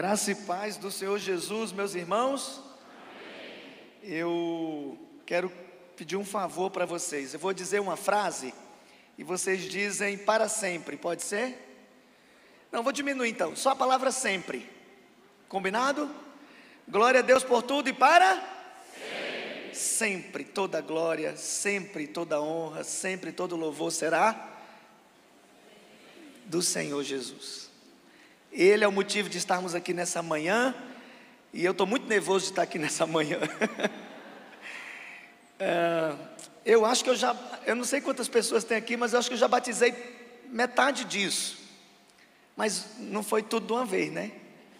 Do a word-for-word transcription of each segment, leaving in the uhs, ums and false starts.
Graça e paz do Senhor Jesus, meus irmãos. Eu quero pedir um favor para vocês. Eu vou dizer uma frase e vocês dizem para sempre, pode ser? Não, vou diminuir então, só a palavra sempre. Combinado? Glória a Deus por tudo e para? Sempre. Sempre toda glória, sempre toda honra, sempre todo louvor será do Senhor Jesus. Ele é o motivo de estarmos aqui nessa manhã, e eu estou muito nervoso de estar aqui nessa manhã. é, eu acho que eu já, eu não sei quantas pessoas tem aqui, mas eu acho que eu já batizei metade disso, mas não foi tudo de uma vez, né?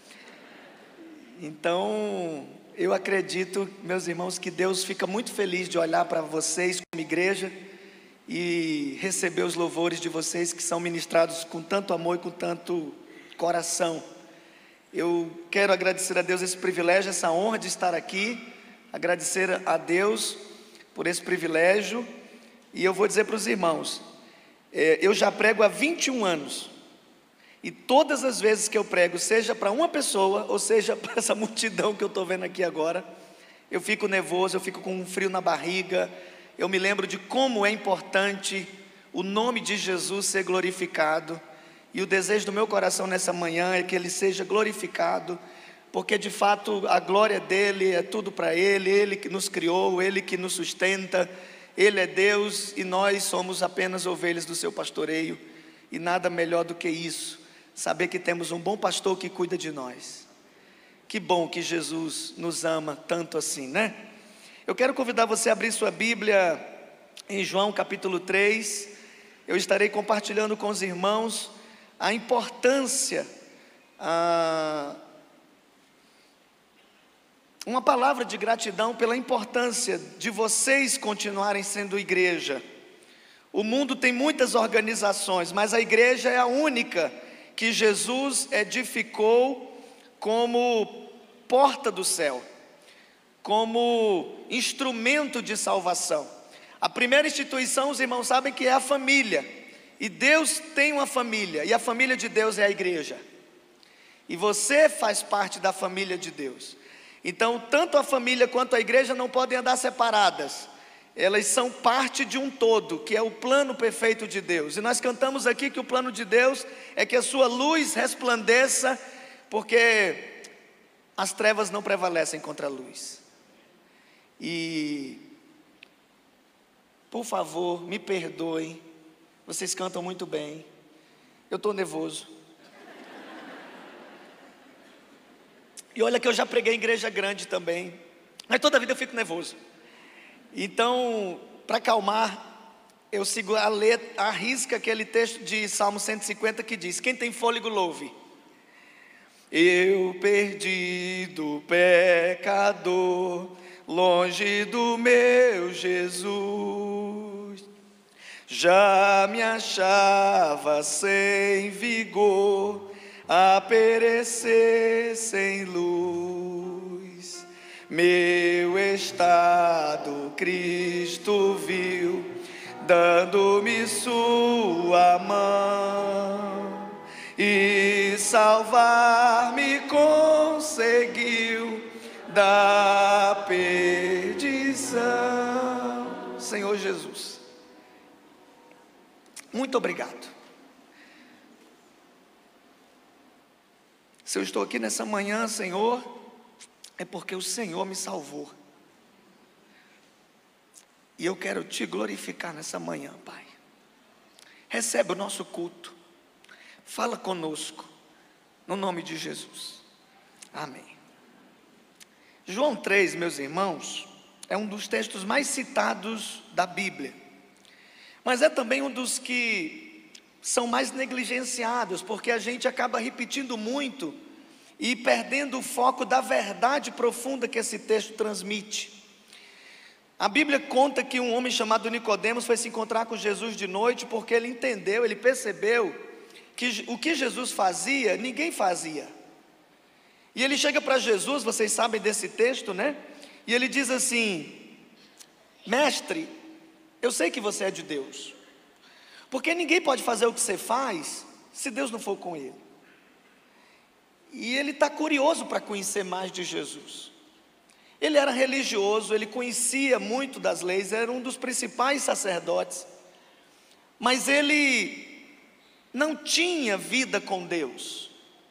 Então, eu acredito, meus irmãos, que Deus fica muito feliz de olhar para vocês como igreja e receber os louvores de vocês que são ministrados com tanto amor e com tanto coração. Eu quero agradecer a Deus esse privilégio, essa honra de estar aqui, agradecer a Deus por esse privilégio, e eu vou dizer para os irmãos, é, eu já prego há vinte e um anos, e todas as vezes que eu prego, seja para uma pessoa, ou seja para essa multidão que eu estou vendo aqui agora, eu fico nervoso, eu fico com um frio na barriga, eu me lembro de como é importante o nome de Jesus ser glorificado. E o desejo do meu coração nessa manhã é que Ele seja glorificado, porque de fato a glória dEle é tudo para Ele, Ele que nos criou, Ele que nos sustenta, Ele é Deus e nós somos apenas ovelhas do seu pastoreio, e nada melhor do que isso, saber que temos um bom pastor que cuida de nós. Que bom que Jesus nos ama tanto assim, né? Eu quero convidar você a abrir sua Bíblia em João capítulo três, eu estarei compartilhando com os irmãos a importância, a, uma palavra de gratidão pela importância de vocês continuarem sendo igreja. O mundo tem muitas organizações, mas a igreja é a única que Jesus edificou como porta do céu, como instrumento de salvação. A primeira instituição, os irmãos sabem que é a família. E Deus tem uma família, e a família de Deus é a igreja. E você faz parte da família de Deus. Então, tanto a família quanto a igreja não podem andar separadas. Elas são parte de um todo, que é o plano perfeito de Deus. E nós cantamos aqui que o plano de Deus é que a sua luz resplandeça, porque as trevas não prevalecem contra a luz. E, por favor, me perdoem. Vocês cantam muito bem. Eu estou nervoso. E olha que eu já preguei em igreja grande também, mas toda vida eu fico nervoso. Então, para acalmar, eu sigo a letra, a risca aquele texto de Salmo cento e cinquenta que diz: quem tem fôlego louve. Eu perdido pecador, longe do meu Jesus, já me achava sem vigor, a perecer sem luz. Meu estado Cristo viu, dando-me sua mão, e salvar-me conseguiu da perdição. Senhor Jesus, muito obrigado. Se eu estou aqui nessa manhã, Senhor, é porque o Senhor me salvou. E eu quero te glorificar nessa manhã, Pai. Recebe o nosso culto. Fala conosco, no nome de Jesus. Amém. João três, meus irmãos, é um dos textos mais citados da Bíblia. Mas é também um dos que são mais negligenciados, porque a gente acaba repetindo muito e perdendo o foco da verdade profunda que esse texto transmite. A Bíblia conta que um homem chamado Nicodemos foi se encontrar com Jesus de noite, porque ele entendeu, ele percebeu que o que Jesus fazia, ninguém fazia. E ele chega para Jesus, vocês sabem desse texto, né? E ele diz assim: mestre, eu sei que você é de Deus, porque ninguém pode fazer o que você faz se Deus não for com ele. e ele está curioso para conhecer mais de Jesus. Ele era religioso, ele conhecia muito das leis, era um dos principais sacerdotes, mas ele não tinha vida com Deus,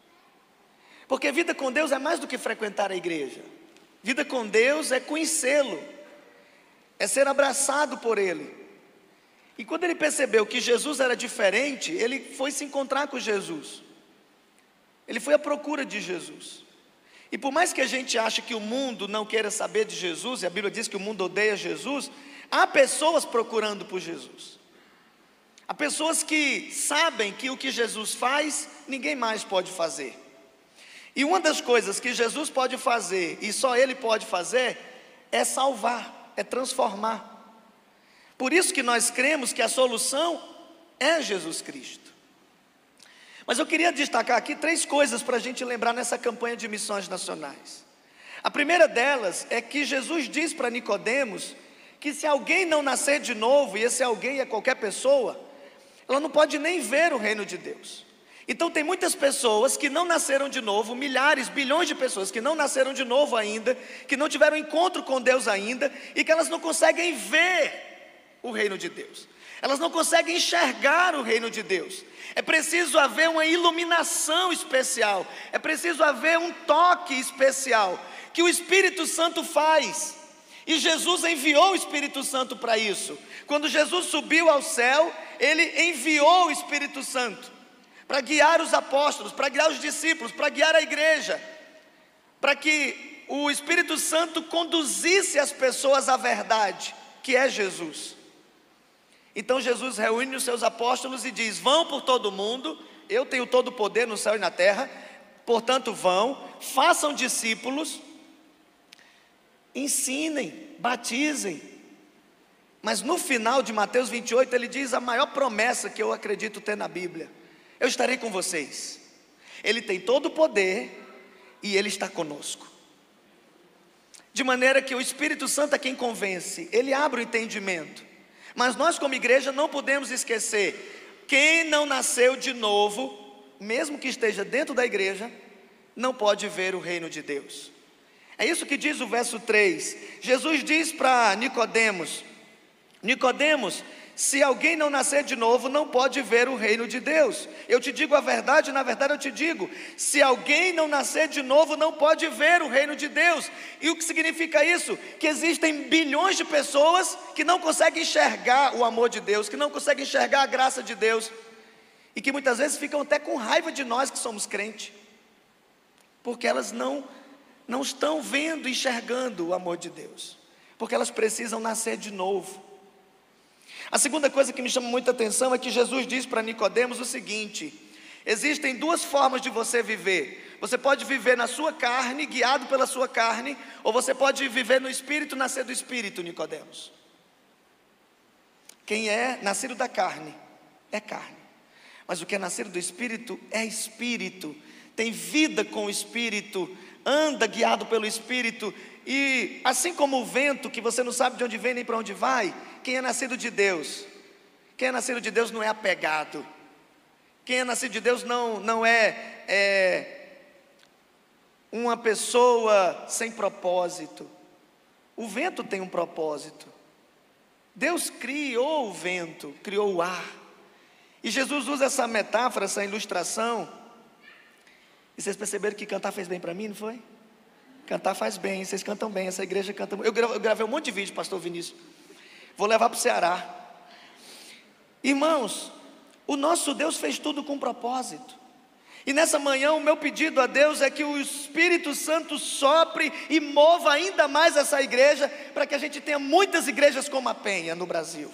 porque vida com Deus é mais do que frequentar a igreja. Vida com Deus é conhecê-lo, é ser abraçado por Ele. E quando ele percebeu que Jesus era diferente, ele foi se encontrar com Jesus, ele foi à procura de Jesus. E por mais que a gente ache que o mundo não queira saber de Jesus, e a Bíblia diz que o mundo odeia Jesus, há pessoas procurando por Jesus. Há pessoas que sabem que o que Jesus faz, ninguém mais pode fazer. E uma das coisas que Jesus pode fazer, e só Ele pode fazer, é salvar, é transformar. Por isso que nós cremos que a solução é Jesus Cristo. Mas eu queria destacar aqui três coisas para a gente lembrar nessa campanha de missões nacionais. A primeira delas é que Jesus diz para Nicodemos que se alguém não nascer de novo, e esse alguém é qualquer pessoa, ela não pode nem ver o reino de Deus. Então tem muitas pessoas que não nasceram de novo, milhares, bilhões de pessoas que não nasceram de novo ainda, que não tiveram encontro com Deus ainda, e que elas não conseguem ver o reino de Deus, elas não conseguem enxergar o reino de Deus. É preciso haver uma iluminação especial, é preciso haver um toque especial, que o Espírito Santo faz, e Jesus enviou o Espírito Santo para isso. Quando Jesus subiu ao céu, Ele enviou o Espírito Santo, para guiar os apóstolos, para guiar os discípulos, para guiar a igreja, para que o Espírito Santo conduzisse as pessoas à verdade, que é Jesus. Então Jesus reúne os seus apóstolos e diz: vão por todo mundo, eu tenho todo o poder no céu e na terra, portanto vão, façam discípulos, ensinem, batizem. Mas no final de Mateus vinte e oito ele diz a maior promessa que eu acredito ter na Bíblia: eu estarei com vocês. Ele tem todo o poder e Ele está conosco, de maneira que o Espírito Santo é quem convence, Ele abre o entendimento. Mas nós como igreja não podemos esquecer, quem não nasceu de novo, mesmo que esteja dentro da igreja, não pode ver o reino de Deus. É isso que diz o verso três. Jesus diz para Nicodemos: Nicodemos, se alguém não nascer de novo, não pode ver o reino de Deus. Eu te digo a verdade, na verdade eu te digo, se alguém não nascer de novo, não pode ver o reino de Deus. E o que significa isso? Que existem bilhões de pessoas que não conseguem enxergar o amor de Deus, que não conseguem enxergar a graça de Deus, e que muitas vezes ficam até com raiva de nós que somos crentes, porque elas não, não estão vendo, enxergando o amor de Deus, porque elas precisam nascer de novo. A segunda coisa que me chama muita atenção é que Jesus diz para Nicodemos o seguinte: existem duas formas de você viver. Você pode viver na sua carne, guiado pela sua carne, ou você pode viver no Espírito, nascer do Espírito, Nicodemos. Quem é nascido da carne, é carne, mas o que é nascido do Espírito, é Espírito, tem vida com o Espírito, anda guiado pelo Espírito. E assim como o vento, que você não sabe de onde vem nem para onde vai, quem é nascido de Deus, quem é nascido de Deus não é apegado. Quem é nascido de Deus não, não é, é uma pessoa sem propósito. O vento tem um propósito. Deus criou o vento, criou o ar. E Jesus usa essa metáfora, essa ilustração. E vocês perceberam que cantar fez bem para mim, não foi? Cantar faz bem, vocês cantam bem, essa igreja canta. Eu gravei, eu gravei um monte de vídeo, pastor Vinícius. Vou levar para o Ceará. Irmãos, o nosso Deus fez tudo com propósito. E nessa manhã o meu pedido a Deus é que o Espírito Santo sopre e mova ainda mais essa igreja, para que a gente tenha muitas igrejas como a Penha no Brasil.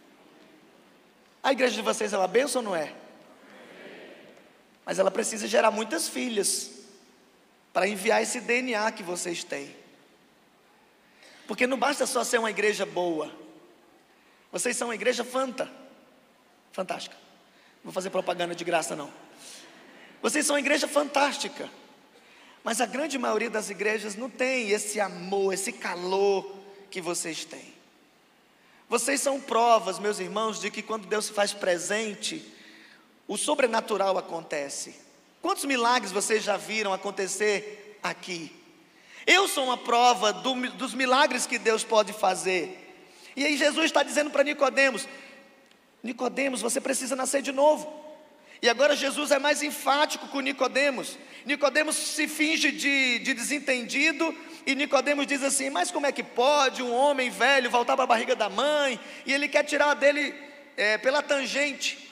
A igreja de vocês é uma bênção ou não é? Mas ela precisa gerar muitas filhas, para enviar esse D N A que vocês têm. Porque não basta só ser uma igreja boa. Vocês são uma igreja fanta, fantástica. Não vou fazer propaganda de graça não. Vocês são uma igreja fantástica. Mas a grande maioria das igrejas não tem esse amor, esse calor que vocês têm. Vocês são provas, meus irmãos, de que quando Deus se faz presente, o sobrenatural acontece. Quantos milagres vocês já viram acontecer aqui? Eu sou uma prova do, dos milagres que Deus pode fazer. E aí Jesus está dizendo para Nicodemos: Nicodemos, você precisa nascer de novo. E agora Jesus é mais enfático com Nicodemos. Nicodemos se finge de, de desentendido, e Nicodemos diz assim: mas como é que pode um homem velho voltar para a barriga da mãe? E ele quer tirar dele é, pela tangente.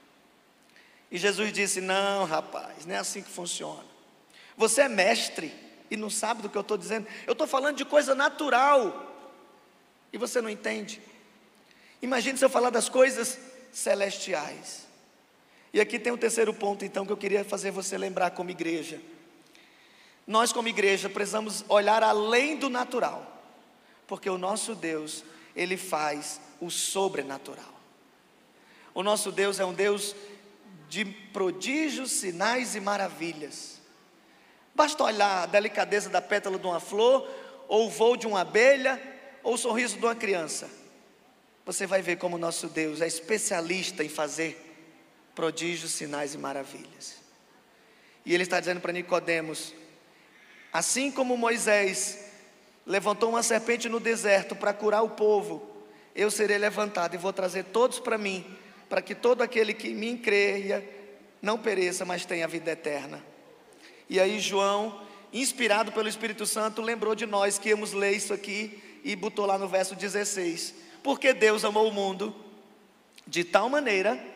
E Jesus disse: não, rapaz, não é assim que funciona. Você é mestre e não sabe do que eu estou dizendo. Eu estou falando de coisa natural e você não entende. Imagine se eu falar das coisas celestiais. E aqui tem o terceiro ponto, então, que eu queria fazer você lembrar como igreja. Nós, como igreja, precisamos olhar além do natural, porque o nosso Deus, Ele faz o sobrenatural. O nosso Deus é um Deus de prodígios, sinais e maravilhas. Basta olhar a delicadeza da pétala de uma flor, ou o voo de uma abelha, ou o sorriso de uma criança. Você vai ver como o nosso Deus é especialista em fazer prodígios, sinais e maravilhas. E ele está dizendo para Nicodemos: assim como Moisés levantou uma serpente no deserto para curar o povo, eu serei levantado e vou trazer todos para mim, para que todo aquele que em mim creia não pereça, mas tenha vida eterna. E aí João, inspirado pelo Espírito Santo, lembrou de nós que íamos ler isso aqui, e botou lá no verso dezesseis: porque Deus amou o mundo de tal maneira,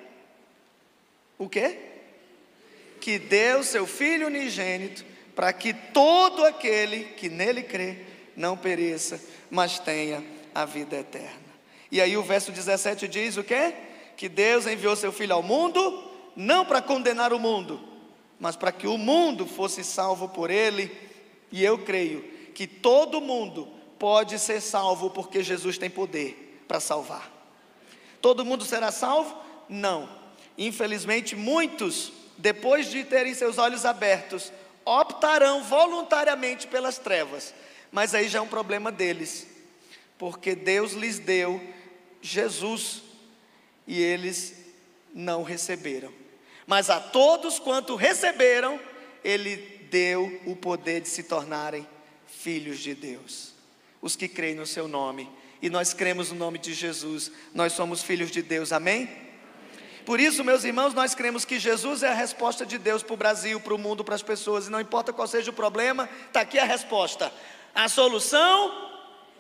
o quê? Que deu seu Filho unigênito, para que todo aquele que nele crê não pereça, mas tenha a vida eterna. E aí o verso dezessete diz o quê? Que Deus enviou seu Filho ao mundo, não para condenar o mundo, mas para que o mundo fosse salvo por ele. E eu creio que todo mundo pode ser salvo, porque Jesus tem poder para salvar. Todo mundo será salvo? Não. Infelizmente, muitos, depois de terem seus olhos abertos, optarão voluntariamente pelas trevas. Mas aí já é um problema deles, porque Deus lhes deu Jesus e eles não receberam. Mas a todos quanto receberam, Ele deu o poder de se tornarem filhos de Deus, os que creem no seu nome. E nós cremos no nome de Jesus, nós somos filhos de Deus, amém? Por isso, meus irmãos, nós cremos que Jesus é a resposta de Deus para o Brasil, para o mundo, para as pessoas. E não importa qual seja o problema, está aqui a resposta. A solução...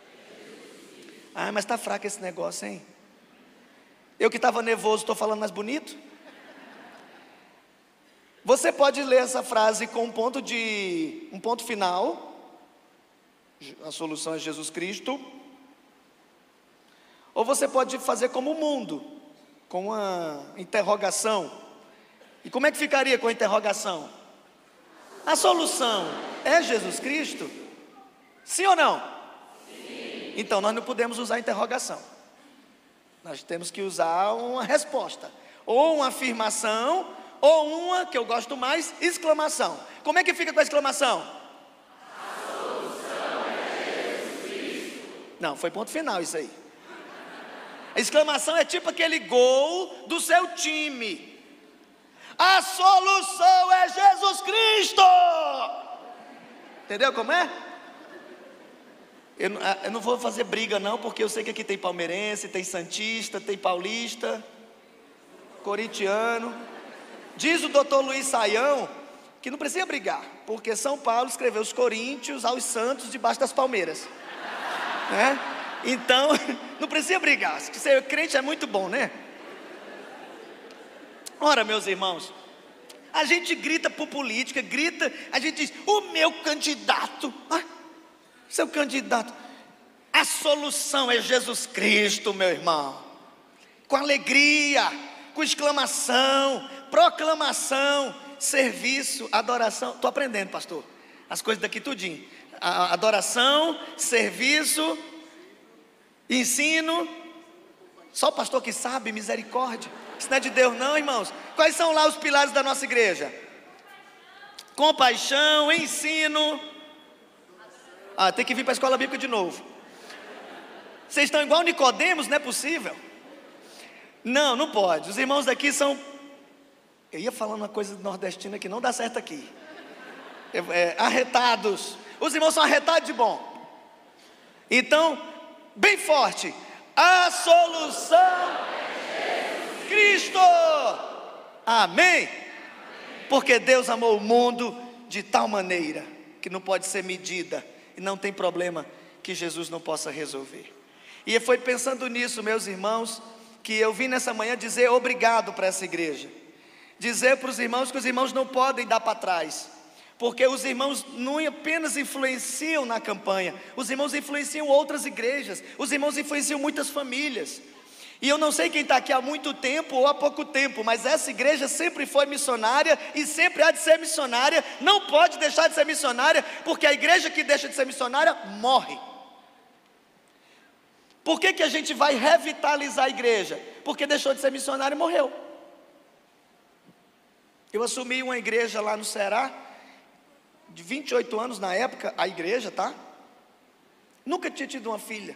Ah, mas está fraco esse negócio, hein? Eu que estava nervoso, estou falando mais bonito? Você pode ler essa frase com um ponto de... um ponto final. A solução é Jesus Cristo. Ou você pode fazer como o mundo, com uma interrogação. E como é que ficaria com a interrogação? A solução é Jesus Cristo? Sim ou não? Sim. Então nós não podemos usar interrogação. Nós temos que usar uma resposta, ou uma afirmação, ou uma, que eu gosto mais, exclamação. Como é que fica com a exclamação? A solução é Jesus Cristo. Não, foi ponto final isso aí. A exclamação é tipo aquele gol do seu time. A solução é Jesus Cristo. Entendeu como é? Eu, eu não vou fazer briga não, porque eu sei que aqui tem palmeirense, tem santista, tem paulista, corintiano. Diz o doutor Luiz Saião que não precisa brigar, porque São Paulo escreveu os coríntios aos santos debaixo das palmeiras, né? Então, não precisa brigar. Ser crente é muito bom, né? Ora, meus irmãos, a gente grita por política, grita, a gente diz: o meu candidato, ah, seu candidato. A solução é Jesus Cristo, meu irmão. Com alegria, com exclamação, proclamação, serviço, adoração. Estou aprendendo, pastor, as coisas daqui tudinho. A adoração, serviço, ensino. Só o pastor que sabe, misericórdia. Isso não é de Deus não, irmãos. Quais são lá os pilares da nossa igreja? Compaixão, ensino. Ah, tem que vir para a escola bíblica de novo. Vocês estão igual Nicodemos, não é possível. Não, não pode. Os irmãos daqui são Eu ia falando uma coisa nordestina que não dá certo aqui. É, é, arretados. Os irmãos são arretados de bom. Então, bem forte. A solução é Cristo. Amém? Porque Deus amou o mundo de tal maneira que não pode ser medida e não tem problema que Jesus não possa resolver. E foi pensando nisso, meus irmãos, que eu vim nessa manhã dizer obrigado para essa igreja. Dizer para os irmãos que os irmãos não podem dar para trás, porque os irmãos não apenas influenciam na campanha, os irmãos influenciam outras igrejas, os irmãos influenciam muitas famílias. E eu não sei quem está aqui há muito tempo ou há pouco tempo, mas essa igreja sempre foi missionária e sempre há de ser missionária, não pode deixar de ser missionária, porque a igreja que deixa de ser missionária morre. Por que que a gente vai revitalizar a igreja? Porque deixou de ser missionária e morreu. Eu assumi uma igreja lá no Ceará, de vinte e oito anos na época, a igreja, tá? Nunca tinha tido uma filha.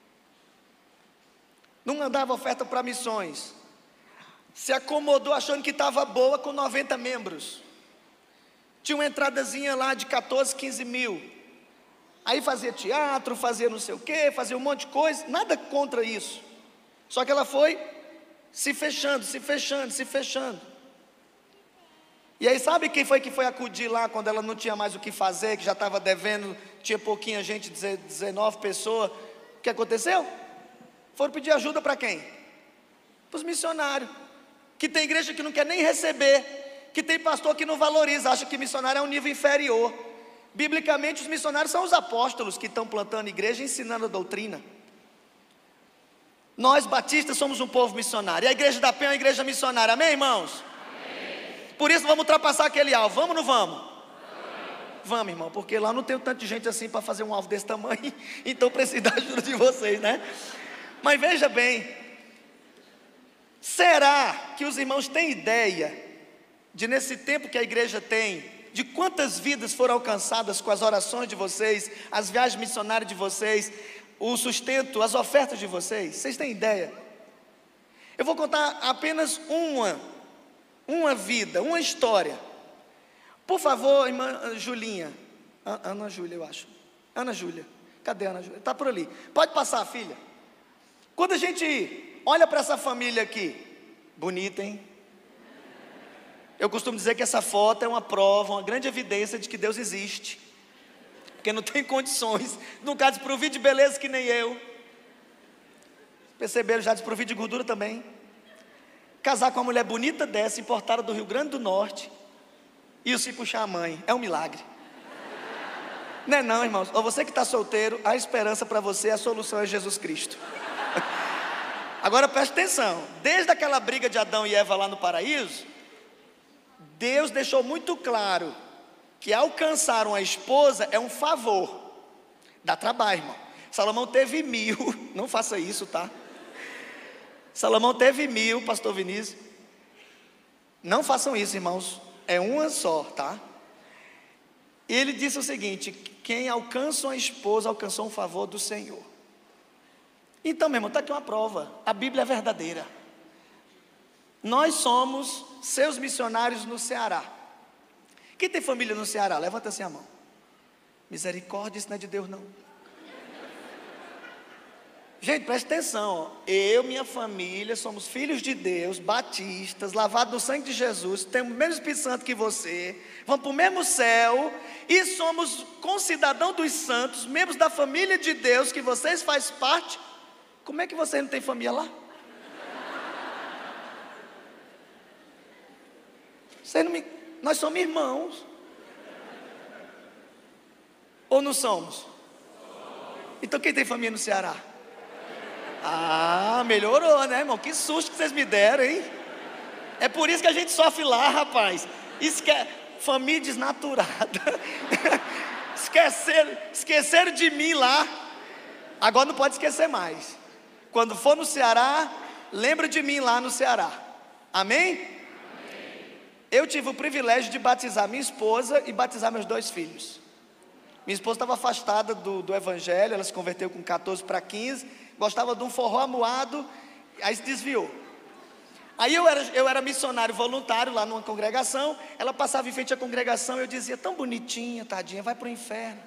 Não mandava oferta para missões. Se acomodou achando que estava boa com noventa membros. Tinha uma entradazinha lá de quatorze, quinze mil. Aí fazia teatro, fazia não sei o quê, fazia um monte de coisa. Nada contra isso. Só que ela foi se fechando, se fechando, se fechando. E aí sabe quem foi que foi acudir lá quando ela não tinha mais o que fazer, que já estava devendo, tinha pouquinha gente, dezenove pessoas. O que aconteceu? Foram pedir ajuda para quem? Para os missionários. Que tem igreja que não quer nem receber, que tem pastor que não valoriza, acha que missionário é um nível inferior. Biblicamente os missionários são os apóstolos que estão plantando igreja e ensinando a doutrina. Nós batistas somos um povo missionário, e a igreja da Penha é uma igreja missionária, amém, irmãos? Por isso vamos ultrapassar aquele alvo, vamos ou não vamos? Vamos, vamos, irmão, porque lá não tem tanto de gente assim para fazer um alvo desse tamanho, então preciso da ajuda de vocês, né? Mas veja bem, será que os irmãos têm ideia de nesse tempo que a igreja tem, de quantas vidas foram alcançadas com as orações de vocês, as viagens missionárias de vocês, o sustento, as ofertas de vocês? Vocês têm ideia? Eu vou contar apenas uma Uma vida, uma história. Por favor, irmã Julinha. Ana Júlia, eu acho. Ana Júlia. Cadê a Ana Júlia? Está por ali. Pode passar, filha. Quando a gente olha para essa família aqui, bonita, hein? Eu costumo dizer que essa foto é uma prova, uma grande evidência de que Deus existe. Porque não tem condições. Nunca desprovido de beleza que nem eu. Perceberam? Já desprovido de gordura também. Casar com uma mulher bonita dessa, importada do Rio Grande do Norte, e se puxar a mãe, é um milagre. Não é não, irmãos? Ou você que está solteiro, a esperança para você, a solução é Jesus Cristo. Agora preste atenção, desde aquela briga de Adão e Eva lá no paraíso, Deus deixou muito claro que alcançar uma esposa é um favor. Dá trabalho, irmão. Salomão teve mil, não faça isso, tá? Salomão teve mil, pastor Vinícius. Não façam isso, irmãos. É uma só, tá? E ele disse o seguinte: quem alcança uma esposa, alcançou um favor do Senhor. Então, meu irmão, está aqui uma prova. A Bíblia é verdadeira. Nós somos seus missionários no Ceará. Quem tem família no Ceará? Levanta assim a mão. Misericórdia, isso não é de Deus não. Gente, preste atenção, ó. Eu, minha família, somos filhos de Deus, batistas, lavados no sangue de Jesus, temos o mesmo Espírito Santo que você, vamos para o mesmo céu, e somos concidadãos dos santos, membros da família de Deus, que vocês fazem parte. Como é que vocês não têm família lá? Vocês não me... Nós somos irmãos. Ou não somos? Então quem tem família no Ceará? Ah, melhorou, né, irmão? Que susto que vocês me deram, hein? É por isso que a gente sofre lá, rapaz. Esque... Família desnaturada. Esqueceram, esqueceram de mim lá. Agora não pode esquecer mais. Quando for no Ceará, lembra de mim lá no Ceará. Amém? Amém? Eu tive o privilégio de batizar minha esposa e batizar meus dois filhos. Minha esposa estava afastada do, do evangelho, ela se converteu com quatorze para quinze, gostava de um forró amuado, aí se desviou. Aí eu era, eu era missionário voluntário lá numa congregação. Ela passava em frente à congregação e eu dizia: tão bonitinha, tadinha, vai para o inferno.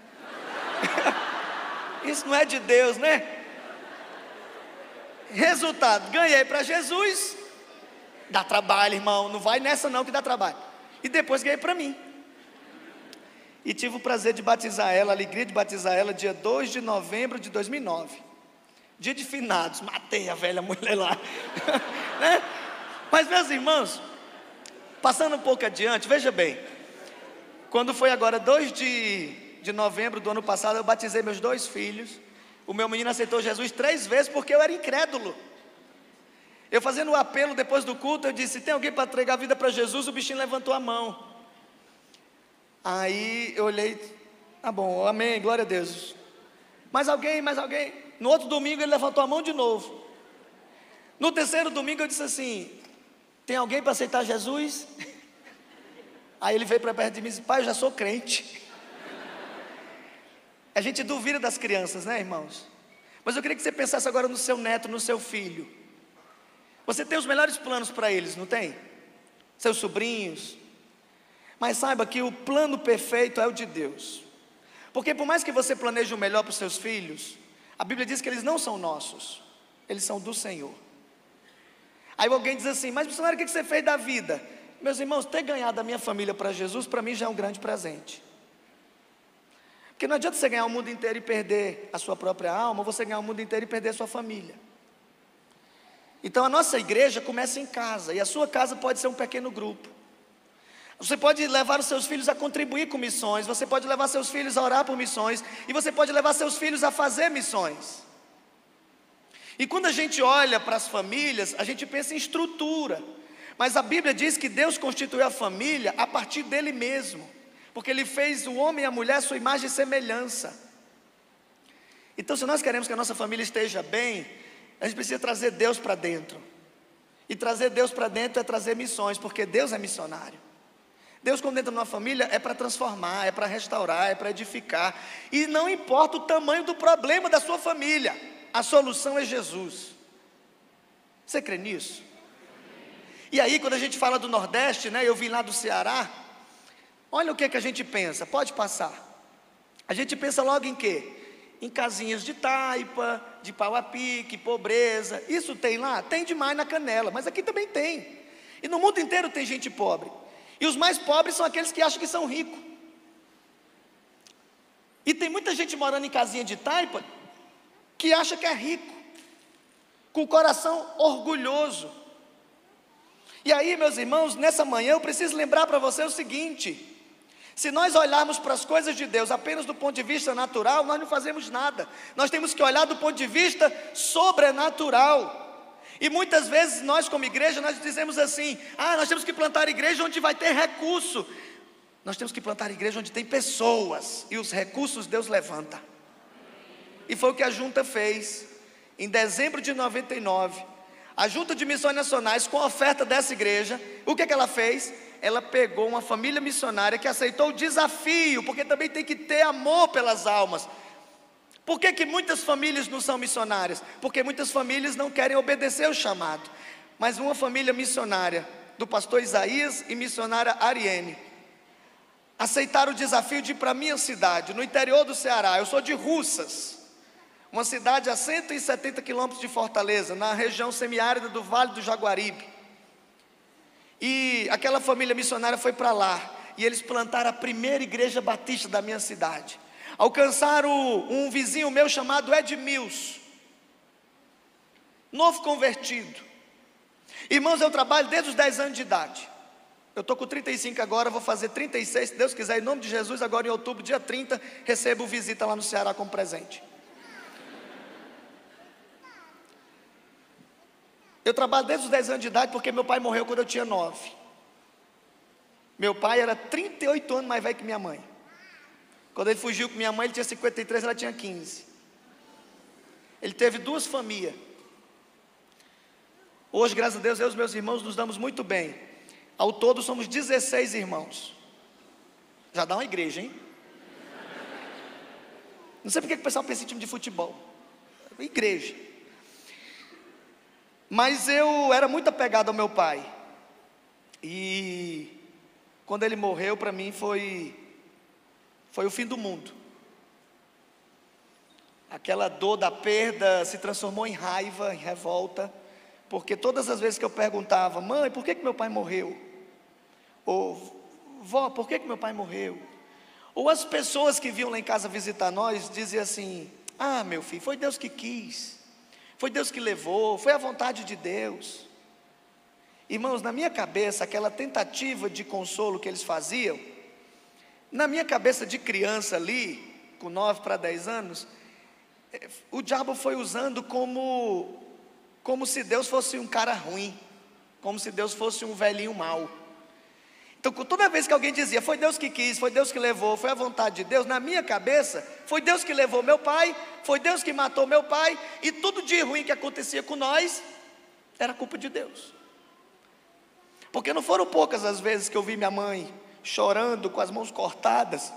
Isso não é de Deus, né? Resultado, ganhei para Jesus. Dá trabalho, irmão, não vai nessa não que dá trabalho. E depois ganhei para mim. E tive o prazer de batizar ela, a alegria de batizar ela, dia dois de novembro de dois mil e nove. Dia de finados, matei a velha mulher lá. Né? Mas meus irmãos, passando um pouco adiante, veja bem. Quando foi agora dois de, de novembro do ano passado, eu batizei meus dois filhos. O meu menino aceitou Jesus três vezes porque eu era incrédulo. Eu fazendo o apelo depois do culto, eu disse: tem alguém para entregar a vida para Jesus? O bichinho levantou a mão. Aí eu olhei: tá bom, amém, glória a Deus. Mais alguém, mais alguém? No outro domingo ele levantou a mão de novo. No terceiro domingo eu disse assim: tem alguém para aceitar Jesus? Aí ele veio para perto de mim e disse: pai, eu já sou crente. A gente duvida das crianças, né, irmãos? Mas eu queria que você pensasse agora no seu neto, no seu filho. Você tem os melhores planos para eles, não tem? Seus sobrinhos. Mas saiba que o plano perfeito é o de Deus. Porque por mais que você planeje o melhor para os seus filhos, a Bíblia diz que eles não são nossos, eles são do Senhor. Aí alguém diz assim: mas missionário, o que você fez da vida? Meus irmãos, ter ganhado a minha família para Jesus, para mim já é um grande presente. Porque não adianta você ganhar o mundo inteiro e perder a sua própria alma, ou você ganhar o mundo inteiro e perder a sua família. Então a nossa igreja começa em casa, e a sua casa pode ser um pequeno grupo. Você pode levar os seus filhos a contribuir com missões, você pode levar seus filhos a orar por missões, e você pode levar seus filhos a fazer missões. E quando a gente olha para as famílias, a gente pensa em estrutura, mas a Bíblia diz que Deus constituiu a família a partir dele mesmo, porque Ele fez o homem e a mulher à sua imagem e semelhança. Então, se nós queremos que a nossa família esteja bem, a gente precisa trazer Deus para dentro. E trazer Deus para dentro é trazer missões, porque Deus é missionário. Deus, quando entra numa família, é para transformar, é para restaurar, é para edificar. E não importa o tamanho do problema da sua família, a solução é Jesus. Você crê nisso? E aí, quando a gente fala do Nordeste, né, eu vim lá do Ceará. Olha o que, que a gente pensa, pode passar. A gente pensa logo em quê? Em casinhas de taipa, de pau a pique, pobreza. Isso tem lá? Tem demais na Canela, mas aqui também tem. E no mundo inteiro tem gente pobre. E os mais pobres são aqueles que acham que são ricos. E tem muita gente morando em casinha de taipa que acha que é rico, com o coração orgulhoso. E aí, meus irmãos, nessa manhã eu preciso lembrar para você o seguinte: se nós olharmos para as coisas de Deus apenas do ponto de vista natural, nós não fazemos nada. Nós temos que olhar do ponto de vista sobrenatural. E muitas vezes nós, como igreja, nós dizemos assim: ah, nós temos que plantar igreja onde vai ter recurso. Nós temos que plantar igreja onde tem pessoas, e os recursos Deus levanta. E foi o que a junta fez. Em dezembro de noventa e nove, a Junta de Missões Nacionais, com a oferta dessa igreja, o que, que ela fez? Ela pegou uma família missionária que aceitou o desafio, porque também tem que ter amor pelas almas. Por que que muitas famílias não são missionárias? Porque muitas famílias não querem obedecer o chamado. Mas uma família missionária, do pastor Isaías e missionária Ariane, aceitaram o desafio de ir para a minha cidade, no interior do Ceará. Eu sou de Russas, uma cidade a cento e setenta quilômetros de Fortaleza, na região semiárida do Vale do Jaguaribe. E aquela família missionária foi para lá, e eles plantaram a primeira igreja batista da minha cidade. Alcançaram um vizinho meu chamado Edmilson, novo convertido. Irmãos, eu trabalho desde os dez anos de idade. Eu estou com trinta e cinco agora, vou fazer trinta e seis, se Deus quiser, em nome de Jesus. Agora em outubro, dia trinta, recebo visita lá no Ceará como presente. Eu trabalho desde os dez anos de idade porque meu pai morreu quando eu tinha nove. Meu pai era trinta e oito anos mais velho que minha mãe. Quando ele fugiu com minha mãe, ele tinha cinquenta e três, ela tinha quinze. Ele teve duas famílias. Hoje, graças a Deus, eu e os meus irmãos nos damos muito bem. Ao todo somos dezesseis irmãos. Já dá uma igreja, hein? Não sei porque que o pessoal pensa em time de futebol. Igreja. Mas eu era muito apegado ao meu pai. E quando ele morreu, para mim foi, foi o fim do mundo. Aquela dor da perda se transformou em raiva, em revolta, porque todas as vezes que eu perguntava: mãe, por que que meu pai morreu? Ou vó, por que que meu pai morreu? Ou as pessoas que vinham lá em casa visitar nós diziam assim: ah, meu filho, foi Deus que quis, foi Deus que levou, foi a vontade de Deus. Irmãos, na minha cabeça, aquela tentativa de consolo que eles faziam, na minha cabeça de criança ali, com nove para dez anos, o diabo foi usando como, como se Deus fosse um cara ruim, como se Deus fosse um velhinho mau. Então, toda vez que alguém dizia: foi Deus que quis, foi Deus que levou, foi a vontade de Deus, na minha cabeça, foi Deus que levou meu pai, foi Deus que matou meu pai, e tudo de ruim que acontecia com nós, era culpa de Deus. Porque não foram poucas as vezes que eu vi minha mãe chorando, com as mãos cortadas,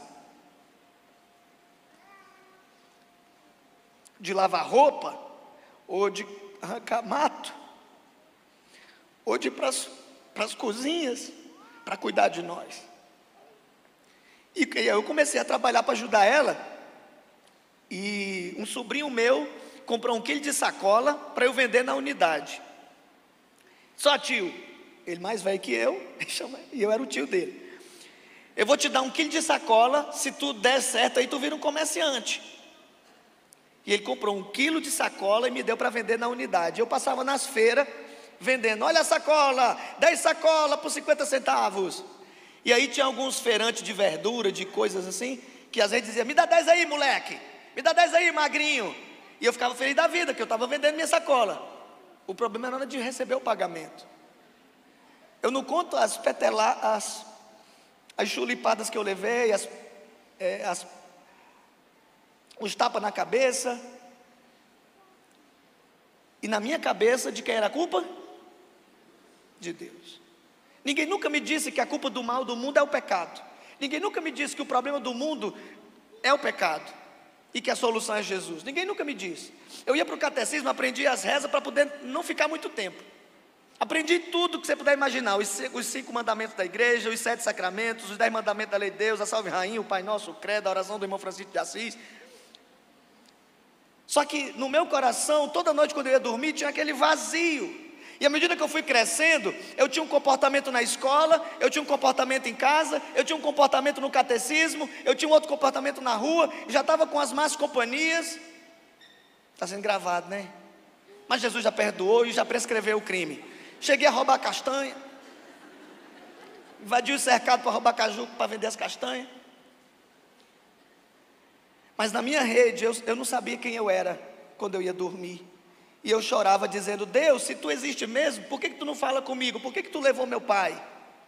de lavar roupa, ou de arrancar mato, ou de ir para as cozinhas, para cuidar de nós. E eu comecei a trabalhar para ajudar ela, e um sobrinho meu comprou um quilo de sacola para eu vender na unidade. Só tio, ele mais velho que eu, e eu era o tio dele. Eu vou te dar um quilo de sacola, se tudo der certo aí tu vira um comerciante. E ele comprou um quilo de sacola e me deu para vender na unidade. Eu passava nas feiras vendendo: olha a sacola, dez sacolas por cinquenta centavos. E aí tinha alguns feirantes de verdura, de coisas assim, que às vezes dizia: me dá dez aí, moleque, me dá dez aí, magrinho. E eu ficava feliz da vida, que eu estava vendendo minha sacola. O problema era de receber o pagamento. Eu não conto as peteladas, as, as chulipadas que eu levei, as, é, as, os tapas na cabeça. E na minha cabeça, de quem era a culpa? De Deus. Ninguém nunca me disse que a culpa do mal do mundo é o pecado. Ninguém nunca me disse que o problema do mundo é o pecado e que a solução é Jesus. Ninguém nunca me disse. Eu ia para o catecismo, aprendi as rezas para poder não ficar muito tempo. Aprendi tudo que você puder imaginar: os cinco mandamentos da igreja, os sete sacramentos, os dez mandamentos da lei de Deus, a Salve Rainha, o Pai Nosso, o Credo, a oração do irmão Francisco de Assis. Só que no meu coração, toda noite quando eu ia dormir, tinha aquele vazio. E à medida que eu fui crescendo, eu tinha um comportamento na escola, eu tinha um comportamento em casa, eu tinha um comportamento no catecismo, eu tinha um outro comportamento na rua, já estava com as más companhias. Está sendo gravado, né? Mas Jesus já perdoou e já prescreveu o crime. Cheguei a roubar castanha, invadi o cercado para roubar caju, para vender as castanhas. Mas na minha rede, eu, eu não sabia quem eu era quando eu ia dormir. E eu chorava dizendo: Deus, se tu existe mesmo, por que que tu não fala comigo? Por que que tu levou meu pai?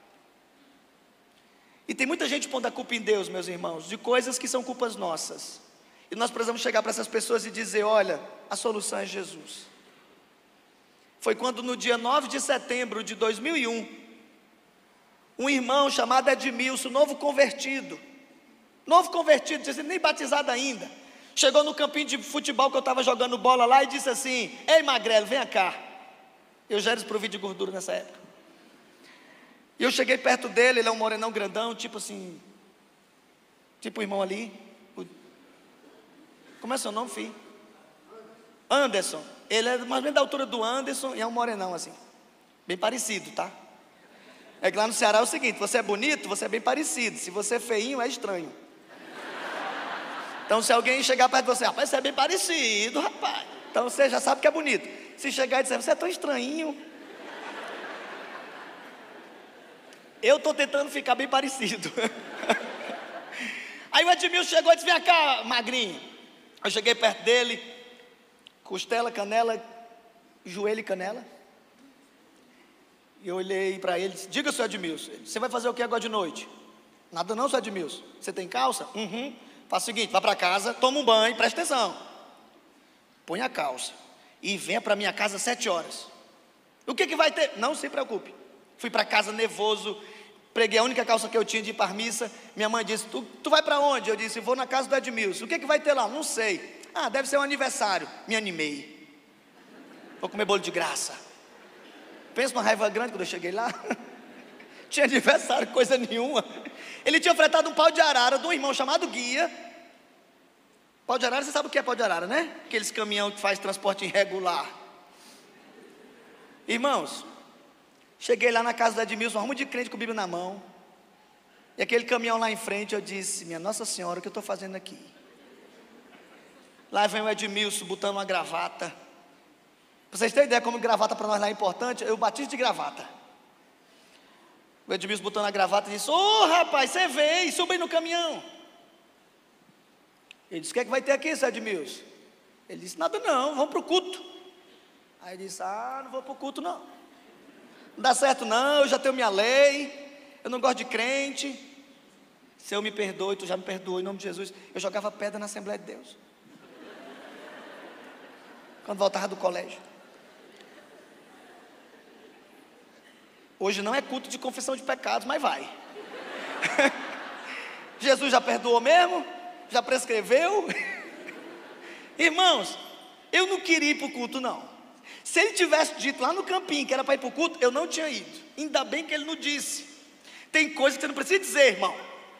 E tem muita gente pondo a culpa em Deus, meus irmãos, de coisas que são culpas nossas. E nós precisamos chegar para essas pessoas e dizer: olha, a solução é Jesus. Foi quando no dia nove de setembro de dois mil e um, um irmão chamado Edmilson, novo convertido, novo convertido, tinha sido nem batizado ainda, chegou no campinho de futebol que eu estava jogando bola lá e disse assim: ei magrelo, vem cá. Eu já era desprovido de gordura nessa época. E eu cheguei perto dele, ele é um morenão grandão, tipo assim, tipo o irmão ali. Como é seu nome, filho? Anderson. Ele é mais ou menos da altura do Anderson e é um morenão assim, bem parecido, tá? É que lá no Ceará é o seguinte: você é bonito, você é bem parecido. Se você é feinho, é estranho. Então se alguém chegar perto de você: rapaz, você é bem parecido, rapaz. Então você já sabe que é bonito. Se chegar e dizer: você é tão estranhinho. Eu estou tentando ficar bem parecido. Aí o Edmilson chegou e disse: vem cá, magrinho. Eu cheguei perto dele, costela, canela, joelho e canela. E eu olhei para ele e disse: diga, seu Edmilson, você vai fazer o que agora de noite? Nada não, seu Edmilson. Você tem calça? Uhum. Faz o seguinte, vá para casa, toma um banho, presta atenção. Põe a calça e venha para minha casa às sete horas. O que que vai ter? Não se preocupe. Fui para casa nervoso, preguei a única calça que eu tinha de ir para a missa. Minha mãe disse: tu, tu vai para onde? Eu disse: vou na casa do Edmilson. O que que vai ter lá? Não sei. Ah, deve ser um aniversário. Me animei. Vou comer bolo de graça. Pensa numa raiva grande quando eu cheguei lá. Tinha aniversário, coisa nenhuma. Ele tinha fretado um pau de arara de um irmão chamado Guia. Pau de arara, você sabe o que é pau de arara, né? Aqueles caminhão que faz transporte irregular. Irmãos, cheguei lá na casa do Edmilson, um arrumo de crente com a Bíblia na mão. E aquele caminhão lá em frente, eu disse: minha Nossa Senhora, o que eu estou fazendo aqui? Lá vem o Edmilson botando uma gravata. Pra vocês terem ideia como gravata para nós lá é importante, eu batismo de gravata. O Edmilson botando a gravata e disse: ô oh, rapaz, você veio, suba aí no caminhão. Ele disse: o que é que vai ter aqui, seu Edmilson? Ele disse: nada não, vamos para o culto. Aí ele disse: ah, não vou para o culto não. Não dá certo não, eu já tenho minha lei, eu não gosto de crente. Senhor, me perdoe, tu já me perdoou, em nome de Jesus. Eu jogava pedra na Assembleia de Deus, quando voltava do colégio. Hoje não é culto de confissão de pecados, mas vai. Jesus já perdoou mesmo? Já prescreveu? Irmãos, eu não queria ir para o culto não. Se ele tivesse dito lá no campinho que era para ir para o culto, eu não tinha ido. Ainda bem que ele não disse. Tem coisa que você não precisa dizer, irmão.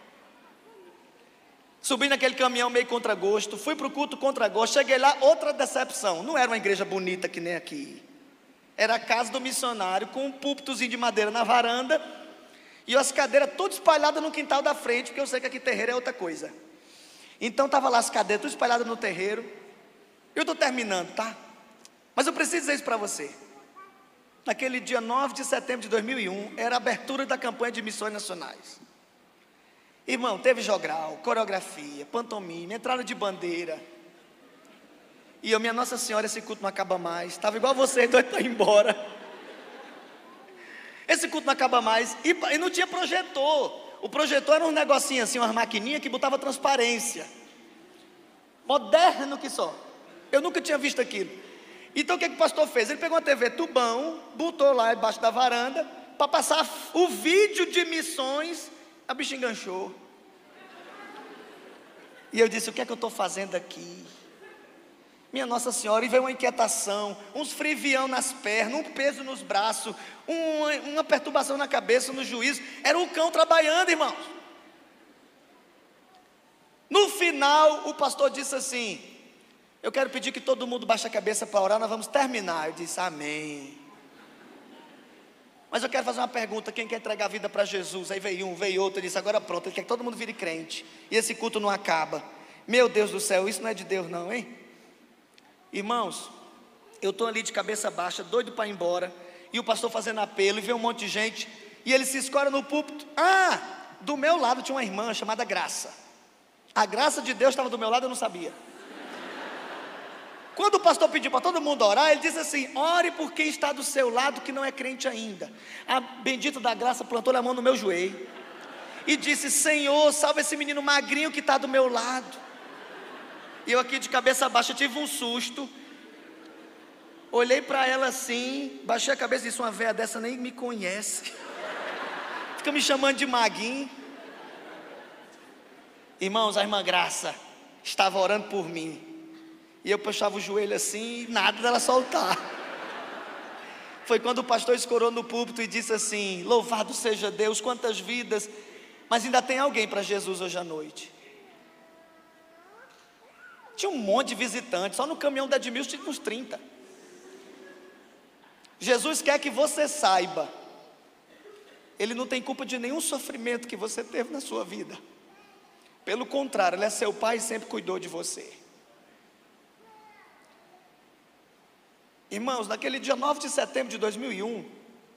Subi naquele caminhão meio contra gosto, fui para o culto contra gosto, cheguei lá, outra decepção. Não era uma igreja bonita que nem aqui. Era a casa do missionário, com um púlpitozinho de madeira na varanda, e as cadeiras todas espalhadas no quintal da frente, porque eu sei que aqui terreiro é outra coisa. Então estava lá as cadeiras todas espalhadas no terreiro. Eu estou terminando, tá? Mas eu preciso dizer isso para você. Naquele dia nove de setembro de dois mil e um, era a abertura da campanha de missões nacionais. Irmão, teve jogral, coreografia, pantomima, entrada de bandeira. E eu, minha Nossa Senhora, esse culto não acaba mais. Estava igual você, doido para ir embora. Esse culto não acaba mais. E, e não tinha projetor. O projetor era um negocinho assim, umas maquininhas que botava transparência. Moderno que só. Eu nunca tinha visto aquilo. Então o que, que o pastor fez? Ele pegou uma T V tubão, botou lá embaixo da varanda, para passar o vídeo de missões. A bicha enganchou. E eu disse: o que é que eu estou fazendo aqui? Minha Nossa Senhora, e veio uma inquietação, uns frivião nas pernas, um peso nos braços, um, uma perturbação na cabeça, no juízo. Era o cão trabalhando, irmãos. No final, o pastor disse assim: eu quero pedir que todo mundo baixe a cabeça para orar, nós vamos terminar. Eu disse: amém. Mas eu quero fazer uma pergunta: quem quer entregar a vida para Jesus? Aí veio um, veio outro, ele disse: agora pronto, ele quer que todo mundo vire crente, e esse culto não acaba. Meu Deus do céu, isso não é de Deus não, hein? Irmãos, eu estou ali de cabeça baixa, doido para ir embora, e o pastor fazendo apelo, e vê um monte de gente, e ele se escora no púlpito. Ah, do meu lado tinha uma irmã chamada Graça. A graça de Deus estava do meu lado, eu não sabia. Quando o pastor pediu para todo mundo orar, ele disse assim: ore por quem está do seu lado que não é crente ainda. A bendita da Graça plantou a mão no meu joelho e disse: Senhor, salva esse menino magrinho que está do meu lado. E eu aqui de cabeça baixa tive um susto. Olhei para ela assim, baixei a cabeça e disse: uma véia dessa nem me conhece, fica me chamando de maguinho. Irmãos, a irmã Graça estava orando por mim, e eu puxava o joelho assim, e nada dela soltar. Foi quando o pastor escorou no púlpito e disse assim: louvado seja Deus, quantas vidas, mas ainda tem alguém para Jesus hoje à noite. Tinha um monte de visitantes, só no caminhão da Edmilson tinha uns trinta. Jesus quer que você saiba, Ele não tem culpa de nenhum sofrimento que você teve na sua vida. Pelo contrário, Ele é seu pai e sempre cuidou de você. Irmãos, naquele dia nove de setembro de dois mil e um,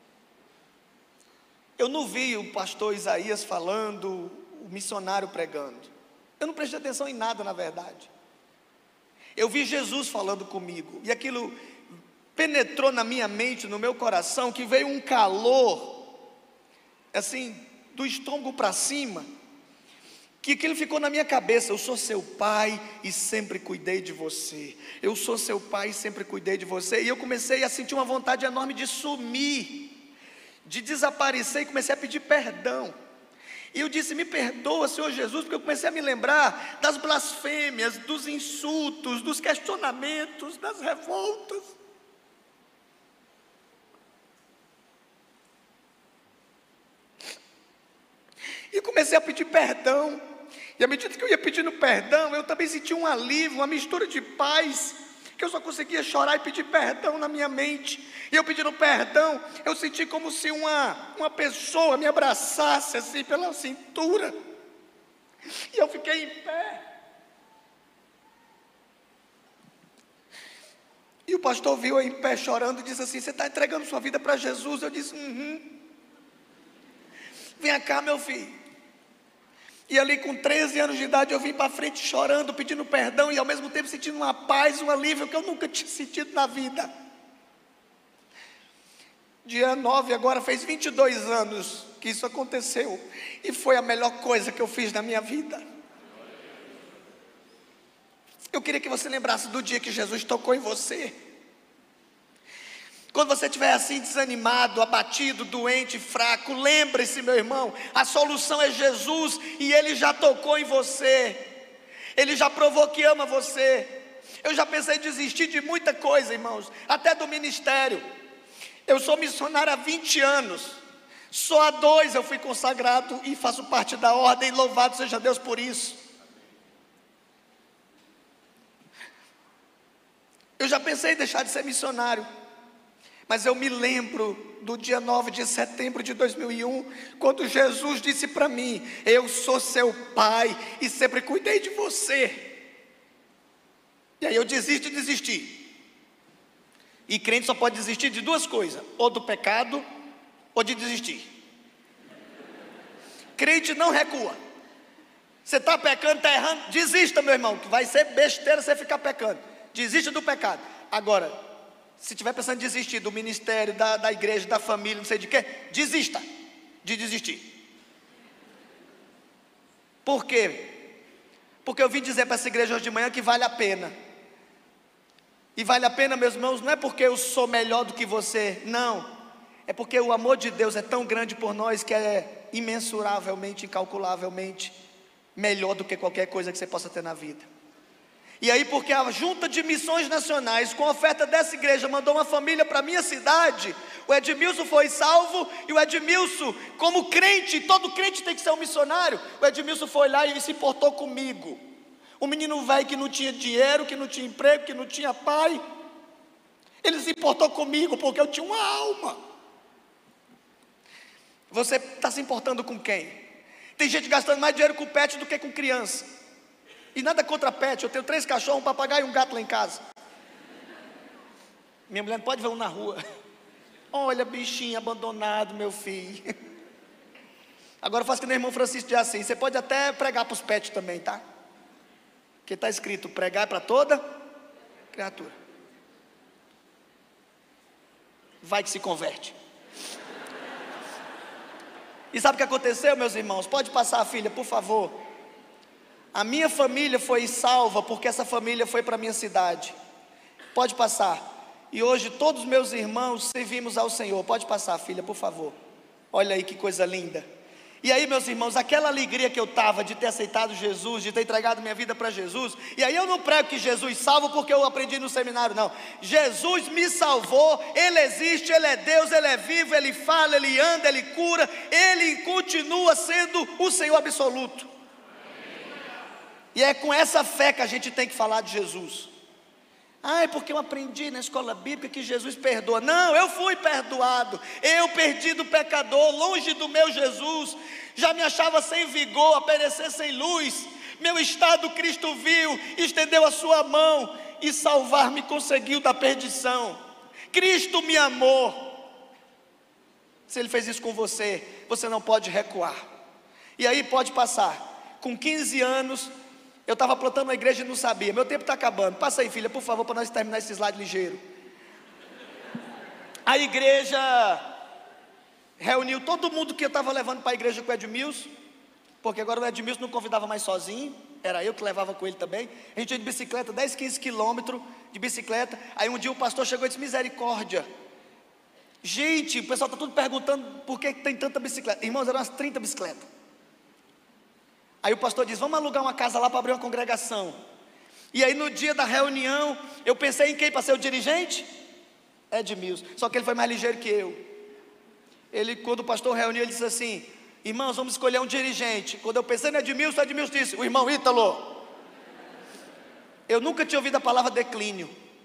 eu não vi o pastor Isaías falando, o missionário pregando. Eu não prestei atenção em nada, na verdade. Eu vi Jesus falando comigo, e aquilo penetrou na minha mente, no meu coração, que veio um calor, assim, do estômago para cima, que aquilo ficou na minha cabeça: eu sou seu pai e sempre cuidei de você. Eu sou seu pai e sempre cuidei de você. E eu comecei a sentir uma vontade enorme de sumir, de desaparecer, e comecei a pedir perdão. E eu disse: me perdoa, Senhor Jesus, porque eu comecei a me lembrar das blasfêmias, dos insultos, dos questionamentos, das revoltas. comecei a pedir perdão. E à medida que eu ia pedindo perdão, eu também sentia um alívio, uma mistura de paz, que eu só conseguia chorar e pedir perdão na minha mente. E eu pedindo perdão, eu senti como se uma, uma pessoa me abraçasse assim pela cintura. E eu fiquei em pé. E o pastor viu eu em pé chorando e disse assim: você está entregando sua vida para Jesus? Eu disse: uhum. Vem cá, meu filho. E ali com treze anos de idade eu vim para frente chorando, pedindo perdão e ao mesmo tempo sentindo uma paz, um alívio que eu nunca tinha sentido na vida. Dia nove agora fez vinte e dois anos que isso aconteceu. E foi a melhor coisa que eu fiz na minha vida. Eu queria que você lembrasse do dia que Jesus tocou em você. Quando você estiver assim desanimado, abatido, doente, fraco, lembre-se, meu irmão, a solução é Jesus e Ele já tocou em você. Ele já provou que ama você. Eu já pensei em desistir de muita coisa, irmãos, até do ministério. Eu sou missionário há vinte anos. Só há dois eu fui consagrado e faço parte da ordem, louvado seja Deus por isso. Eu já pensei em deixar de ser missionário. Mas eu me lembro do dia nove de setembro de dois mil e um, quando Jesus disse para mim: eu sou seu pai e sempre cuidei de você. E aí eu desisto e desisti. E crente só pode desistir de duas coisas: ou do pecado, ou de desistir. Crente não recua. Você está pecando, está errando, desista, meu irmão, que vai ser besteira você ficar pecando. Desista do pecado. Agora, se estiver pensando em desistir do ministério, da, da igreja, da família, não sei de quê, desista de desistir. Por quê? Porque eu vim dizer para essa igreja hoje de manhã que vale a pena. E vale a pena, meus irmãos, não é porque eu sou melhor do que você, não. É porque o amor de Deus é tão grande por nós que é imensuravelmente, incalculavelmente melhor do que qualquer coisa que você possa ter na vida. E aí, porque a Junta de Missões Nacionais, com a oferta dessa igreja, mandou uma família para a minha cidade, o Edmilson foi salvo, e o Edmilson, como crente, todo crente tem que ser um missionário, o Edmilson foi lá e se importou comigo. Um menino velho que não tinha dinheiro, que não tinha emprego, que não tinha pai, ele se importou comigo, porque eu tinha uma alma. Você está se importando com quem? Tem gente gastando mais dinheiro com pet do que com criança. E nada contra pet, eu tenho três cachorros, um papagaio e um gato lá em casa. Minha mulher não pode ver um na rua. Olha, bichinho abandonado, meu filho. Agora eu faço que nem o irmão Francisco de Assis. Você pode até pregar para os pets também, tá? Porque está escrito, pregar é para toda criatura. Vai que se converte. E sabe o que aconteceu, meus irmãos? Pode passar a filha, por favor. A minha família foi salva porque essa família foi para a minha cidade. Pode passar. E hoje todos os meus irmãos servimos ao Senhor. Pode passar, filha, por favor. Olha aí que coisa linda. E aí, meus irmãos, aquela alegria que eu estava de ter aceitado Jesus, de ter entregado minha vida para Jesus. E aí eu não prego que Jesus salva porque eu aprendi no seminário, não. Jesus me salvou, Ele existe, Ele é Deus, Ele é vivo, Ele fala, Ele anda, Ele cura. Ele continua sendo o Senhor absoluto. E é com essa fé que a gente tem que falar de Jesus. Ah, é porque eu aprendi na escola bíblica que Jesus perdoa. Não, eu fui perdoado. Eu, perdido pecador, longe do meu Jesus, já me achava sem vigor, a perecer sem luz. Meu estado Cristo viu, estendeu a sua mão e salvar-me conseguiu da perdição. Cristo me amou. Se Ele fez isso com você, você não pode recuar. E aí pode passar. Com quinze anos, eu estava plantando uma igreja e não sabia. Meu tempo está acabando. Passa aí, filha, por favor, para nós terminar esse slide ligeiro. A igreja reuniu todo mundo que eu estava levando para a igreja com o Edmilson, porque agora o Edmilson não convidava mais sozinho, era eu que levava com ele também. A gente ia de bicicleta, dez, quinze quilômetros de bicicleta. Aí um dia o pastor chegou e disse: misericórdia. Gente, o pessoal está tudo perguntando por que tem tanta bicicleta. Irmãos, eram umas trinta bicicletas. Aí o pastor diz: vamos alugar uma casa lá para abrir uma congregação. E aí no dia da reunião, eu pensei em quem para ser o dirigente? Edmilson. Só que ele foi mais ligeiro que eu. Ele, quando o pastor reuniu, ele disse assim: irmãos, vamos escolher um dirigente. Quando eu pensei no Edmilson, Edmilson disse, o irmão Ítalo. Eu nunca tinha ouvido a palavra declínio.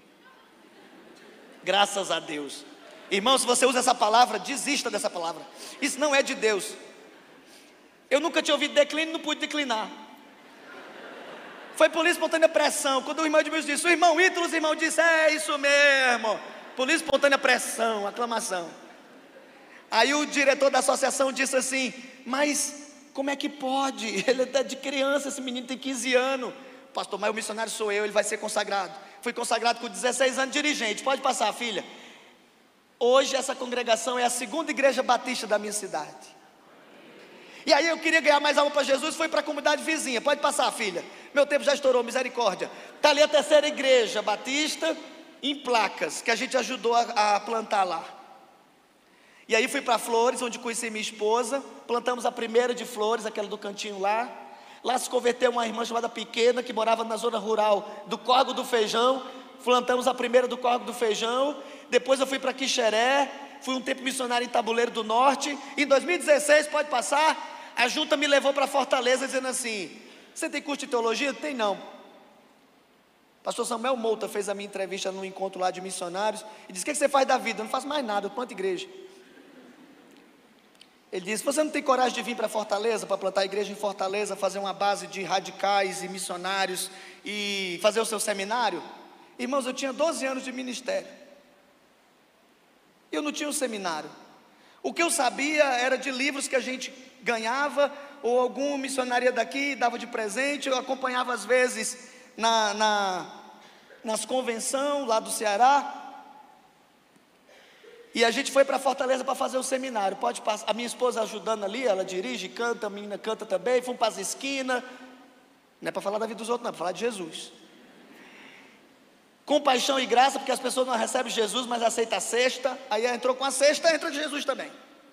Graças a Deus. Irmão, se você usa essa palavra, desista dessa palavra. Isso não é de Deus. Eu nunca tinha ouvido declínio, não pude declinar. Foi por espontânea pressão. Quando o irmão Edmilson disse, o irmão Ítalo, o irmão disse, é isso mesmo. Por espontânea pressão, aclamação. Aí o diretor da associação disse assim, mas como é que pode? Ele é de criança, esse menino tem quinze anos. Pastor, mas o missionário sou eu, ele vai ser consagrado. Fui consagrado com dezesseis anos, dirigente. Pode passar, filha. Hoje essa congregação é a segunda igreja batista da minha cidade. E aí eu queria ganhar mais alma para Jesus, fui para a comunidade vizinha. Pode passar, filha. Meu tempo já estourou, misericórdia. Está ali a terceira igreja batista em Placas, que a gente ajudou a, a plantar lá. E aí fui para Flores, onde conheci minha esposa. Plantamos a primeira de Flores, aquela do cantinho lá. Lá se converteu uma irmã chamada Pequena, que morava na zona rural do Córrego do Feijão. Plantamos a primeira do Córrego do Feijão. Depois eu fui para Quixeré. Fui um tempo missionário em Tabuleiro do Norte. Em dois mil e dezesseis, pode passar, a junta me levou para Fortaleza dizendo assim, você tem curso de teologia? Tem não. Pastor Samuel Mouta fez a minha entrevista num encontro lá de missionários e disse, o que você faz da vida? Eu não faço mais nada, eu planto igreja. Ele disse, você não tem coragem de vir para Fortaleza, para plantar a igreja em Fortaleza, fazer uma base de radicais e missionários e fazer o seu seminário? Irmãos, eu tinha doze anos de ministério. Eu não tinha um seminário. O que eu sabia era de livros que a gente ganhava, ou algum missionaria daqui dava de presente. Eu acompanhava às vezes na, na, nas convenções lá do Ceará. E a gente foi para Fortaleza para fazer o seminário. Pode passar, a minha esposa ajudando ali, ela dirige, canta, a menina canta também. Fomos para as esquinas. Não é para falar da vida dos outros, não, é para falar de Jesus. Compaixão e graça, porque as pessoas não recebem Jesus, mas aceitam a cesta. Aí entrou com a cesta, entra de Jesus também.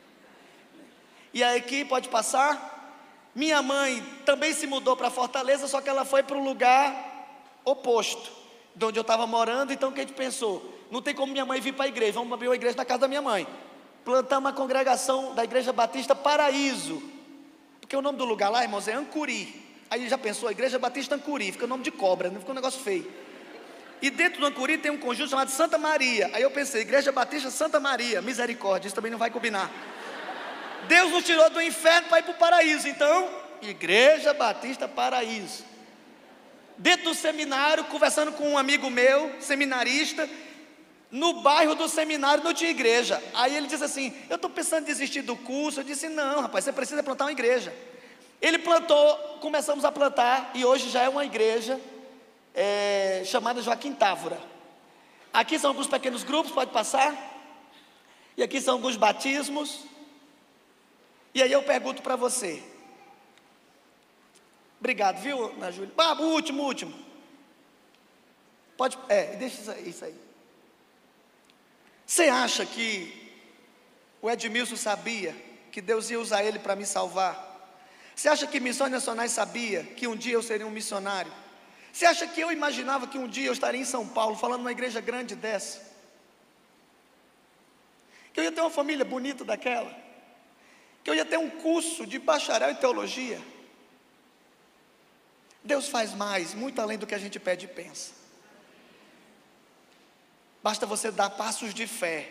E aí aqui, pode passar. Minha mãe também se mudou para Fortaleza, só que ela foi para o lugar oposto, de onde eu estava morando. Então o que a gente pensou? Não tem como minha mãe vir para a igreja, vamos abrir uma igreja na casa da minha mãe. Plantamos a congregação da Igreja Batista Paraíso, porque o nome do lugar lá, irmãos, é Ancuri. Aí já pensou, a Igreja Batista Ancuri, fica o nome de cobra, não fica um negócio feio. E dentro do Ancuri tem um conjunto chamado Santa Maria. Aí eu pensei, Igreja Batista Santa Maria, misericórdia, isso também não vai combinar. Deus nos tirou do inferno para ir para o paraíso, então, Igreja Batista Paraíso. Dentro do seminário, conversando com um amigo meu, seminarista, no bairro do seminário não tinha igreja. Aí ele disse assim, eu estou pensando em desistir do curso. Eu disse, não rapaz, você precisa plantar uma igreja. Ele plantou, começamos a plantar, e hoje já é uma igreja é, chamada Joaquim Távora. Aqui são alguns pequenos grupos, pode passar. E aqui são alguns batismos. E aí eu pergunto para você. Obrigado, viu, Ana Júlia? Ah, o último, o último. Pode, é, deixa isso aí, isso aí. Você acha que o Edmilson sabia que Deus ia usar ele para me salvar? Você acha que Missões Nacionais sabia que um dia eu seria um missionário? Você acha que eu imaginava que um dia eu estaria em São Paulo, falando numa igreja grande dessa? Que eu ia ter uma família bonita daquela? Que eu ia ter um curso de bacharel em teologia? Deus faz mais, muito além do que a gente pede e pensa. Basta você dar passos de fé,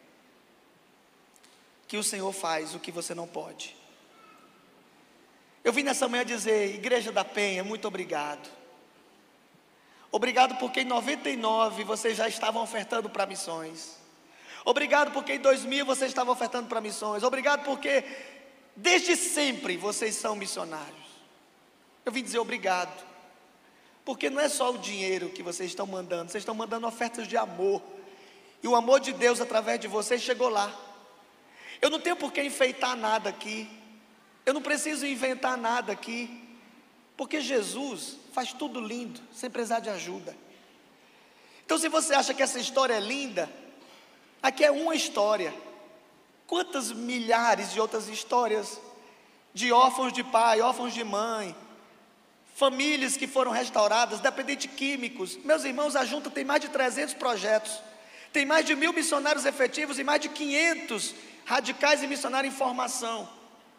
que o Senhor faz o que você não pode. Eu vim nessa manhã dizer, Igreja da Penha, muito obrigado. Obrigado porque em noventa e nove vocês já estavam ofertando para missões. Obrigado porque em dois mil vocês estavam ofertando para missões. Obrigado porque desde sempre vocês são missionários. Eu vim dizer obrigado. Porque não é só o dinheiro que vocês estão mandando, vocês estão mandando ofertas de amor. E o amor de Deus através de vocês chegou lá. Eu não tenho por que enfeitar nada aqui. Eu não preciso inventar nada aqui. Porque Jesus faz tudo lindo, sem precisar de ajuda. Então se você acha que essa história é linda, aqui é uma história. Quantas milhares de outras histórias de órfãos de pai, órfãos de mãe, famílias que foram restauradas, dependentes químicos. Meus irmãos, a junta tem mais de trezentos projetos, tem mais de mil missionários efetivos e mais de quinhentos radicais e missionários em formação.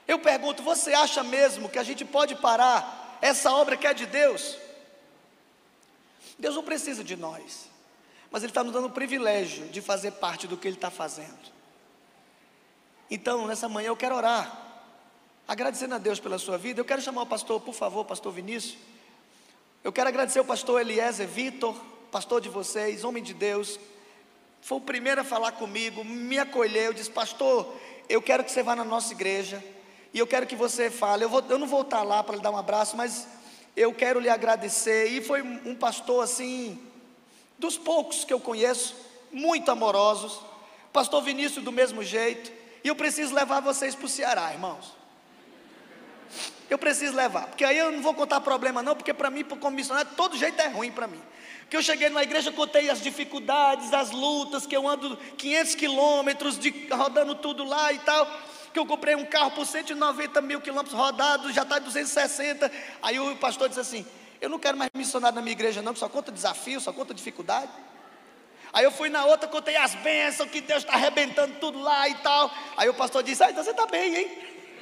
Eu pergunto, você acha mesmo que a gente pode parar essa obra que é de Deus? Deus não precisa de nós, mas Ele está nos dando o privilégio de fazer parte do que Ele está fazendo. Então, nessa manhã eu quero orar, agradecendo a Deus pela sua vida. Eu quero chamar o pastor, por favor, pastor Vinícius. Eu quero agradecer ao pastor Eliezer Vitor, pastor de vocês, homem de Deus. Foi o primeiro a falar comigo, me acolheu, disse, pastor, eu quero que você vá na nossa igreja, e eu quero que você fale. Eu, vou, eu não vou estar lá para lhe dar um abraço, mas eu quero lhe agradecer. E foi um pastor assim, dos poucos que eu conheço, muito amorosos. Pastor Vinícius do mesmo jeito. E eu preciso levar vocês para o Ceará, irmãos. Eu preciso levar, porque aí eu não vou contar problema não, porque para mim, como missionário, todo jeito é ruim para mim. Porque eu cheguei na igreja, contei as dificuldades, as lutas, que eu ando quinhentos quilômetros, de, rodando tudo lá e tal, que eu comprei um carro por cento e noventa mil quilômetros rodados, já está em duzentos e sessenta, aí o pastor disse assim, eu não quero mais missionário na minha igreja não, que só conta desafio, só conta dificuldade. Aí eu fui na outra, contei as bênçãos, que Deus está arrebentando tudo lá e tal, aí o pastor disse, ah, então você está bem, hein?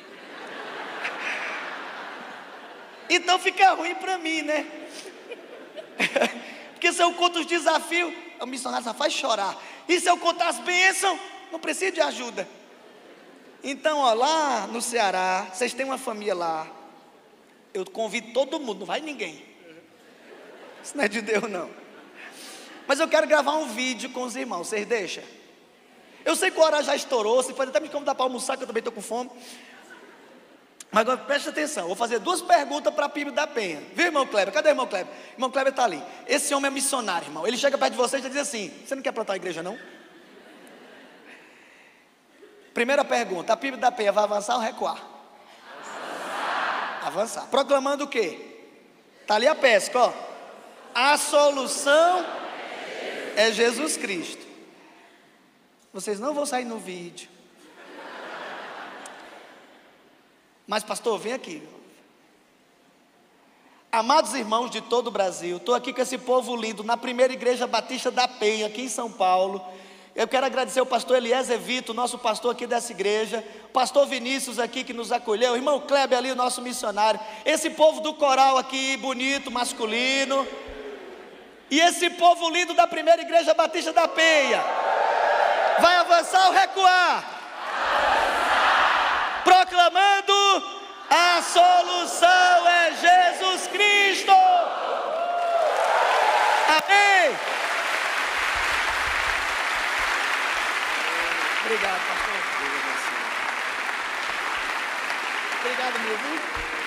Então fica ruim para mim, né? Porque se eu conto os desafios, o missionário só faz chorar. E se eu contar as bênçãos, não precisa de ajuda. Então, ó, lá no Ceará, vocês têm uma família lá. Eu convido todo mundo, não vai ninguém. Isso não é de Deus não. Mas eu quero gravar um vídeo com os irmãos, vocês deixam? Eu sei que o horário já estourou, você pode até me convidar para almoçar, que eu também estou com fome. Mas agora preste atenção, vou fazer duas perguntas para a P I B da Penha. Viu, irmão Kleber? Cadê o irmão Kleber? Irmão Kleber está ali. Esse homem é missionário, irmão. Ele chega perto de você e diz assim, você não quer plantar a igreja não? Primeira pergunta, a P I B da Penha vai avançar ou recuar? Avançar. Avançar. Proclamando o quê? Está ali a pesca, ó. A solução é Jesus Cristo. Vocês não vão sair no vídeo. Mas pastor, vem aqui. Amados irmãos de todo o Brasil, estou aqui com esse povo lindo, na primeira igreja batista da Penha, aqui em São Paulo. Eu quero agradecer ao pastor Eliezer Vitor, nosso pastor aqui dessa igreja, o pastor Vinícius aqui que nos acolheu, o irmão Kleber ali, o nosso missionário, esse povo do coral aqui, bonito, masculino, e esse povo lindo da primeira igreja batista da Penha. Vai avançar ou recuar? Proclamando, a solução é Jesus Cristo. Amém. Obrigado, pastor. Obrigado, meu filho.